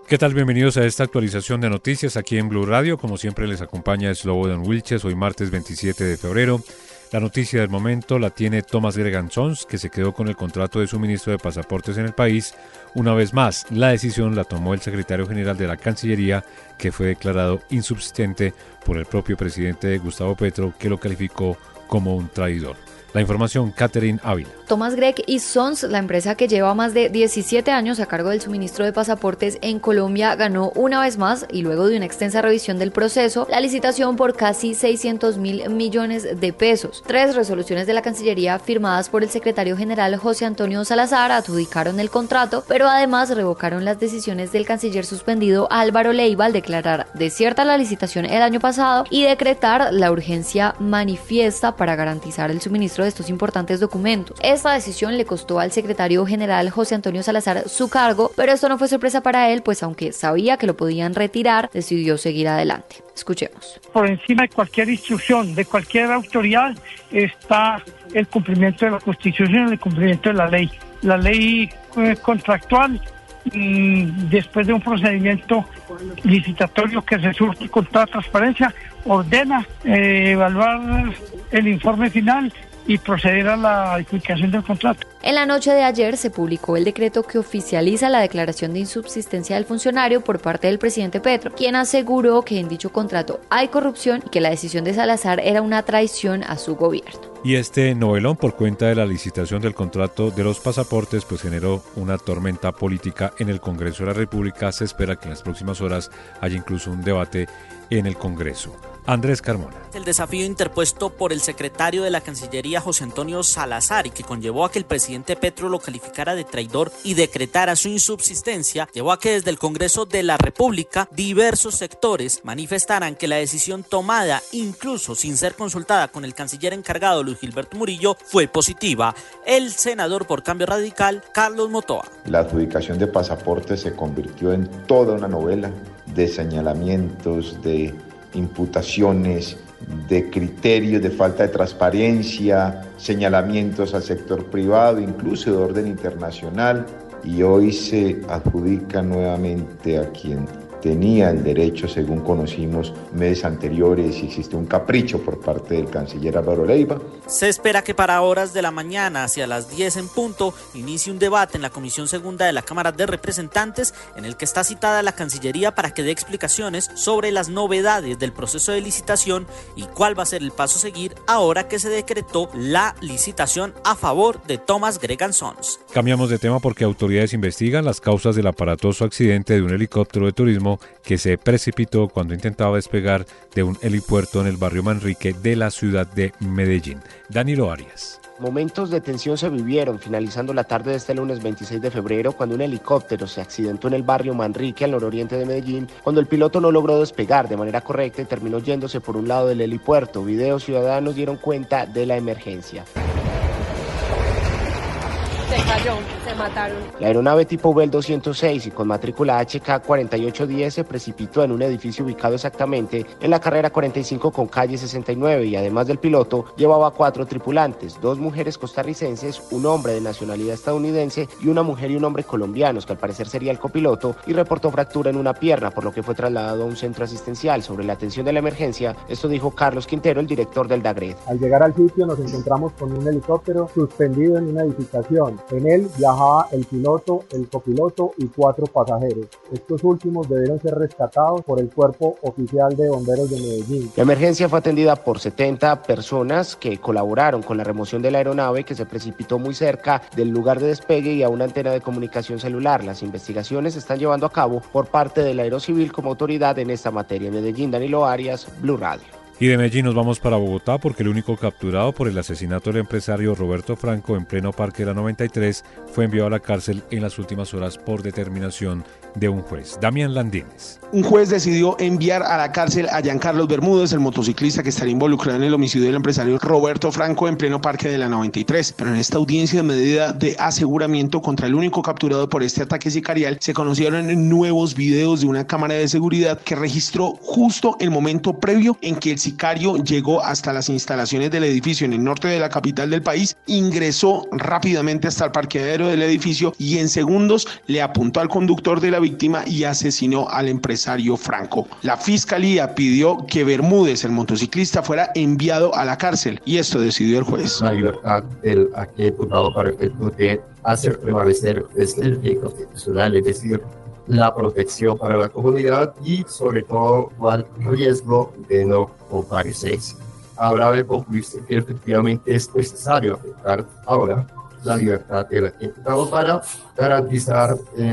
¿Qué tal? Bienvenidos a esta actualización de noticias aquí en Blue Radio. Como siempre les acompaña Slobodan Wilches, hoy martes 27 de febrero. La noticia del momento la tiene Thomas Gregan Sons, que se quedó con el contrato de suministro de pasaportes en el país. Una vez más, la decisión la tomó el secretario general de la Cancillería, que fue declarado insubsistente por el propio presidente Gustavo Petro, que lo calificó como un traidor. La información, Catherine Ávila. Thomas Greg y Sons, la empresa que lleva más de 17 años a cargo del suministro de pasaportes en Colombia, ganó una vez más, y luego de una extensa revisión del proceso, la licitación por casi 600.000 millones de pesos. 3 resoluciones de la Cancillería firmadas por el secretario general José Antonio Salazar adjudicaron el contrato, pero además revocaron las decisiones del canciller suspendido Álvaro Leiva al declarar desierta la licitación el año pasado y decretar la urgencia manifiesta para garantizar el suministro de estos importantes documentos. Esta decisión le costó al secretario general José Antonio Salazar su cargo, pero esto no fue sorpresa para él, pues aunque sabía que lo podían retirar, decidió seguir adelante. Escuchemos. Por encima de cualquier instrucción, de cualquier autoridad, está el cumplimiento de la Constitución y el cumplimiento de la ley. La ley contractual, después de un procedimiento licitatorio que se surge con toda transparencia, ordena evaluar el informe final y proceder a la adjudicación del contrato. En la noche de ayer se publicó el decreto que oficializa la declaración de insubsistencia del funcionario por parte del presidente Petro, quien aseguró que en dicho contrato hay corrupción y que la decisión de Salazar era una traición a su gobierno. Y este novelón por cuenta de la licitación del contrato de los pasaportes pues generó una tormenta política en el Congreso de la República. Se espera que en las próximas horas haya incluso un debate en el Congreso. Andrés Carmona. El desafío interpuesto por el secretario de la Cancillería José Antonio Salazar y que conllevó a que el presidente Petro lo calificara de traidor y decretara su insubsistencia, llevó a que desde el Congreso de la República diversos sectores manifestaran que la decisión tomada, incluso sin ser consultada con el canciller encargado Luis Gilberto Murillo, fue positiva. El senador por Cambio Radical, Carlos Motoa. La adjudicación de pasaportes se convirtió en toda una novela de señalamientos, de imputaciones, de criterios de falta de transparencia, señalamientos al sector privado, incluso de orden internacional, y hoy se adjudica nuevamente a quien tenía el derecho, según conocimos meses anteriores, y existe un capricho por parte del canciller Álvaro Leiva. Se espera que para horas de la mañana, hacia las 10 en punto, inicie un debate en la Comisión Segunda de la Cámara de Representantes, en el que está citada la Cancillería para que dé explicaciones sobre las novedades del proceso de licitación y cuál va a ser el paso a seguir ahora que se decretó la licitación a favor de Thomas Gregan Sons. Cambiamos de tema porque autoridades investigan las causas del aparatoso accidente de un helicóptero de turismo que se precipitó cuando intentaba despegar de un helipuerto en el barrio Manrique de la ciudad de Medellín. Danilo Arias. Momentos de tensión se vivieron finalizando la tarde de este lunes 26 de febrero cuando un helicóptero se accidentó en el barrio Manrique al nororiente de Medellín, cuando el piloto no logró despegar de manera correcta y terminó yéndose por un lado del helipuerto. Videos ciudadanos dieron cuenta de la emergencia. Se cayó, se mataron. La aeronave tipo Bell 206 y con matrícula HK4810 se precipitó en un edificio ubicado exactamente en la carrera 45 con calle 69 y además del piloto llevaba 4 tripulantes, 2 mujeres costarricenses, un hombre de nacionalidad estadounidense y una mujer y un hombre colombianos que al parecer sería el copiloto, y reportó fractura en una pierna, por lo que fue trasladado a un centro asistencial. Sobre la atención de la emergencia, esto dijo Carlos Quintero, el director del DAGRED. Al llegar al sitio nos encontramos con un helicóptero suspendido en una edificación. En él viajaba el piloto, el copiloto y 4 pasajeros. Estos últimos debieron ser rescatados por el Cuerpo Oficial de Bomberos de Medellín. La emergencia fue atendida por 70 personas que colaboraron con la remoción de la aeronave, que se precipitó muy cerca del lugar de despegue y a una antena de comunicación celular. Las investigaciones se están llevando a cabo por parte del Aerocivil como autoridad en esta materia. En Medellín, Danilo Arias, Blue Radio. Y de Medellín nos vamos para Bogotá porque el único capturado por el asesinato del empresario Roberto Franco en pleno Parque de la 93 fue enviado a la cárcel en las últimas horas por determinación de un juez. Damián Landines. Un juez decidió enviar a la cárcel a Giancarlos Bermúdez, el motociclista que estaría involucrado en el homicidio del empresario Roberto Franco en pleno Parque de la 93. Pero en esta audiencia de medida de aseguramiento contra el único capturado por este ataque sicarial, se conocieron nuevos videos de una cámara de seguridad que registró justo el momento previo en que el sicario llegó hasta las instalaciones del edificio en el norte de la capital del país, ingresó rápidamente hasta el parqueadero del edificio y en segundos le apuntó al conductor de la víctima y asesinó al empresario Franco. La fiscalía pidió que Bermúdez, el motociclista, fuera enviado a la cárcel y esto decidió el juez. La libertad del aquí imputado para efectos de hacer prevalecer el bien constitucional, es decir, la protección para la comunidad y sobre todo al riesgo de no comparecerse. Habrá de concluirse que efectivamente es necesario afectar ahora la libertad del imputado para garantizar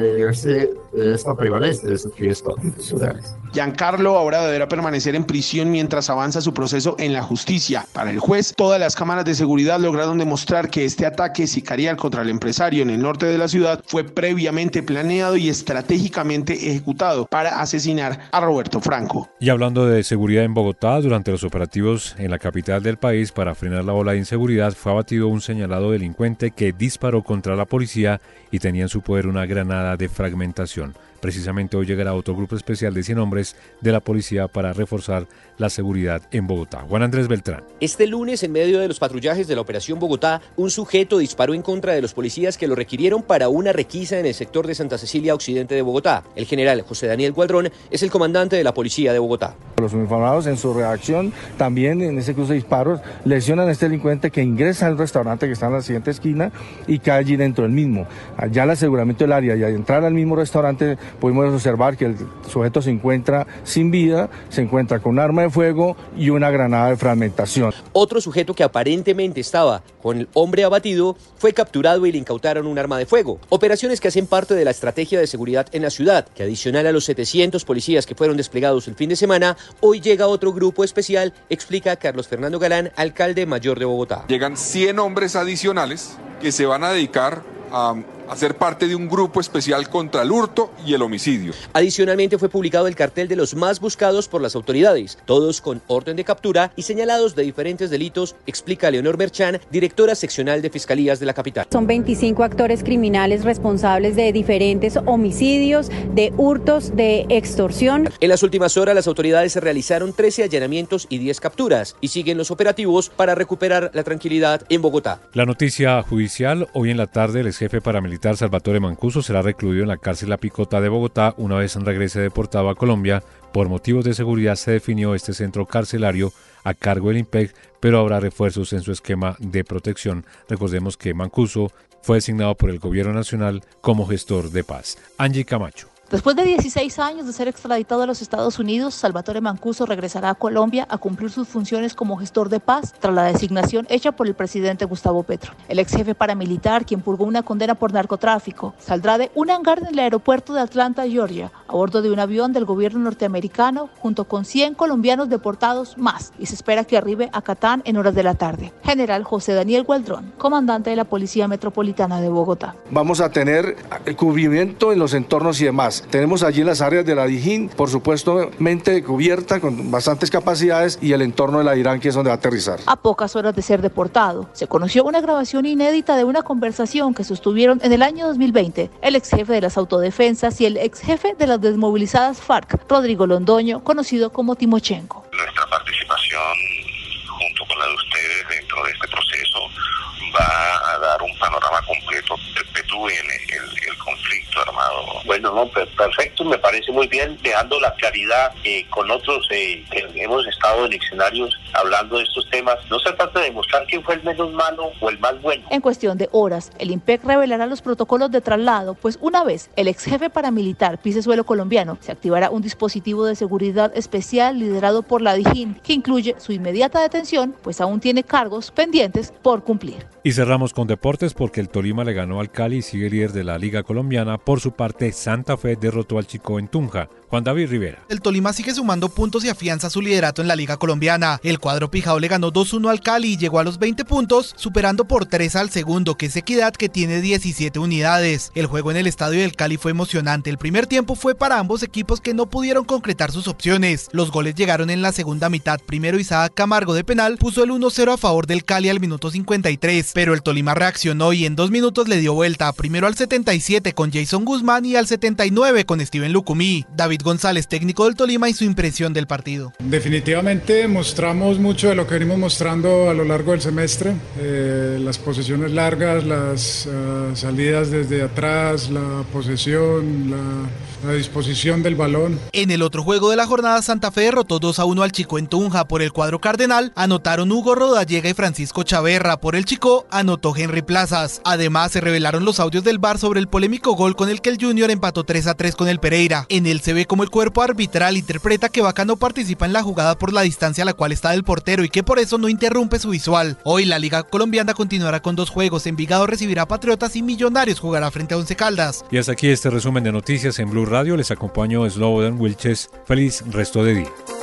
esta prevalencia de sus fines constitucionales. Giancarlo ahora deberá permanecer en prisión mientras avanza su proceso en la justicia. Para el juez, todas las cámaras de seguridad lograron demostrar que este ataque sicarial contra el empresario en el norte de la ciudad fue previamente planeado y estratégicamente ejecutado para asesinar a Roberto Franco. Y hablando de seguridad en Bogotá, durante los operativos en la capital del país para frenar la ola de inseguridad, fue abatido un señalado delincuente que disparó contra la policía y tenía en su poder una granada de fragmentación. Precisamente hoy llegará otro grupo especial de 100 hombres de la policía para reforzar la seguridad en Bogotá. Juan Andrés Beltrán. Este lunes, en medio de los patrullajes de la Operación Bogotá, un sujeto disparó en contra de los policías que lo requirieron para una requisa en el sector de Santa Cecilia, occidente de Bogotá. El general José Daniel Gualdrón es el comandante de la policía de Bogotá. Los uniformados en su reacción, también en ese cruce de disparos, lesionan a este delincuente que ingresa al restaurante que está en la siguiente esquina y cae allí dentro del mismo. Allá el aseguramiento del área y al entrar al mismo restaurante pudimos observar que el sujeto se encuentra sin vida, se encuentra con un arma de fuego y una granada de fragmentación. Otro sujeto que aparentemente estaba con el hombre abatido fue capturado y le incautaron un arma de fuego. Operaciones que hacen parte de la estrategia de seguridad en la ciudad, que adicional a los 700 policías que fueron desplegados el fin de semana, hoy llega otro grupo especial, explica Carlos Fernando Galán, alcalde mayor de Bogotá. Llegan 100 hombres adicionales que se van a dedicar a hacer parte de un grupo especial contra el hurto y el homicidio. Adicionalmente fue publicado el cartel de los más buscados por las autoridades, todos con orden de captura y señalados de diferentes delitos, explica Leonor Merchán, directora seccional de Fiscalías de la capital. Son 25 actores criminales responsables de diferentes homicidios, de hurtos, de extorsión. En las últimas horas las autoridades realizaron 13 allanamientos y 10 capturas y siguen los operativos para recuperar la tranquilidad en Bogotá. La noticia judicial: hoy en la tarde el exjefe paramilitar Salvatore Mancuso será recluido en la cárcel La Picota de Bogotá una vez regrese deportado a Colombia. Por motivos de seguridad se definió este centro carcelario a cargo del IMPEC, pero habrá refuerzos en su esquema de protección. Recordemos que Mancuso fue designado por el gobierno nacional como gestor de paz. Angie Camacho. Después de 16 años de ser extraditado a los Estados Unidos, Salvatore Mancuso regresará a Colombia a cumplir sus funciones como gestor de paz tras la designación hecha por el presidente Gustavo Petro. El ex jefe paramilitar, quien purgó una condena por narcotráfico, saldrá de un hangar en el aeropuerto de Atlanta, Georgia, a bordo de un avión del gobierno norteamericano, junto con 100 colombianos deportados más, y se espera que arribe a Catán en horas de la tarde. General José Daniel Gualdrón, comandante de la Policía Metropolitana de Bogotá. Vamos a tener cubrimiento en los entornos y demás. Tenemos allí las áreas de la Dijín, por supuesto, mente cubierta con bastantes capacidades, y el entorno de la Irán, que es donde va a aterrizar. A pocas horas de ser deportado, se conoció una grabación inédita de una conversación que sostuvieron en el año 2020 el ex jefe de las autodefensas y el ex jefe de las desmovilizadas FARC, Rodrigo Londoño, conocido como Timochenko. Nuestra participación junto con la de ustedes dentro de este proceso va a dar un panorama completo, perpetúen el conflicto armado. Bueno, no, perfecto, me parece muy bien, dejando la claridad con otros que hemos estado en escenarios hablando de estos temas. No se trata de demostrar quién fue el menos malo o el más bueno. En cuestión de horas, el IMPEC revelará los protocolos de traslado, pues una vez el ex jefe paramilitar pise suelo colombiano, se activará un dispositivo de seguridad especial liderado por la Dijín, que incluye su inmediata detención, pues aún tiene cargos pendientes por cumplir. Y cerramos con deportes porque el Tolima le ganó al Cali y sigue líder de la Liga Colombiana. Por su parte, Santa Fe derrotó al Chicó en Tunja. Juan David Rivera. El Tolima sigue sumando puntos y afianza su liderato en la Liga Colombiana. El cuadro pijao le ganó 2-1 al Cali y llegó a los 20 puntos, superando por 3 al segundo, que es Equidad, que tiene 17 unidades. El juego en el estadio del Cali fue emocionante. El primer tiempo fue para ambos equipos, que no pudieron concretar sus opciones. Los goles llegaron en la segunda mitad. Primero Isaac Camargo de penal puso el 1-0 a favor del Cali al minuto 53, pero el Tolima reaccionó y en 2 minutos le dio vuelta. Primero al 77 con Jason Guzmán y al 79 con Steven Lucumí. David David González, técnico del Tolima, y su impresión del partido. Definitivamente mostramos mucho de lo que venimos mostrando a lo largo del semestre, las posesiones largas, las salidas desde atrás, la posesión, la disposición del balón. En el otro juego de la jornada, Santa Fe derrotó 2-1 al Chico en Tunja. Por el cuadro cardenal anotaron Hugo Rodallega y Francisco Chaverra. Por el Chico anotó Henry Plazas. Además, se revelaron los audios del VAR sobre el polémico gol con el que el Junior empató 3-3 con el Pereira. En él se ve como el cuerpo arbitral interpreta que Vaca no participa en la jugada por la distancia a la cual está del portero y que por eso no interrumpe su visual. Hoy la Liga Colombiana continuará con 2 juegos. Envigado recibirá a Patriotas y Millonarios jugará frente a Once Caldas. Y hasta aquí este resumen de noticias en Blue Radio. Les acompañó Slobodan Wilches. Feliz resto de día.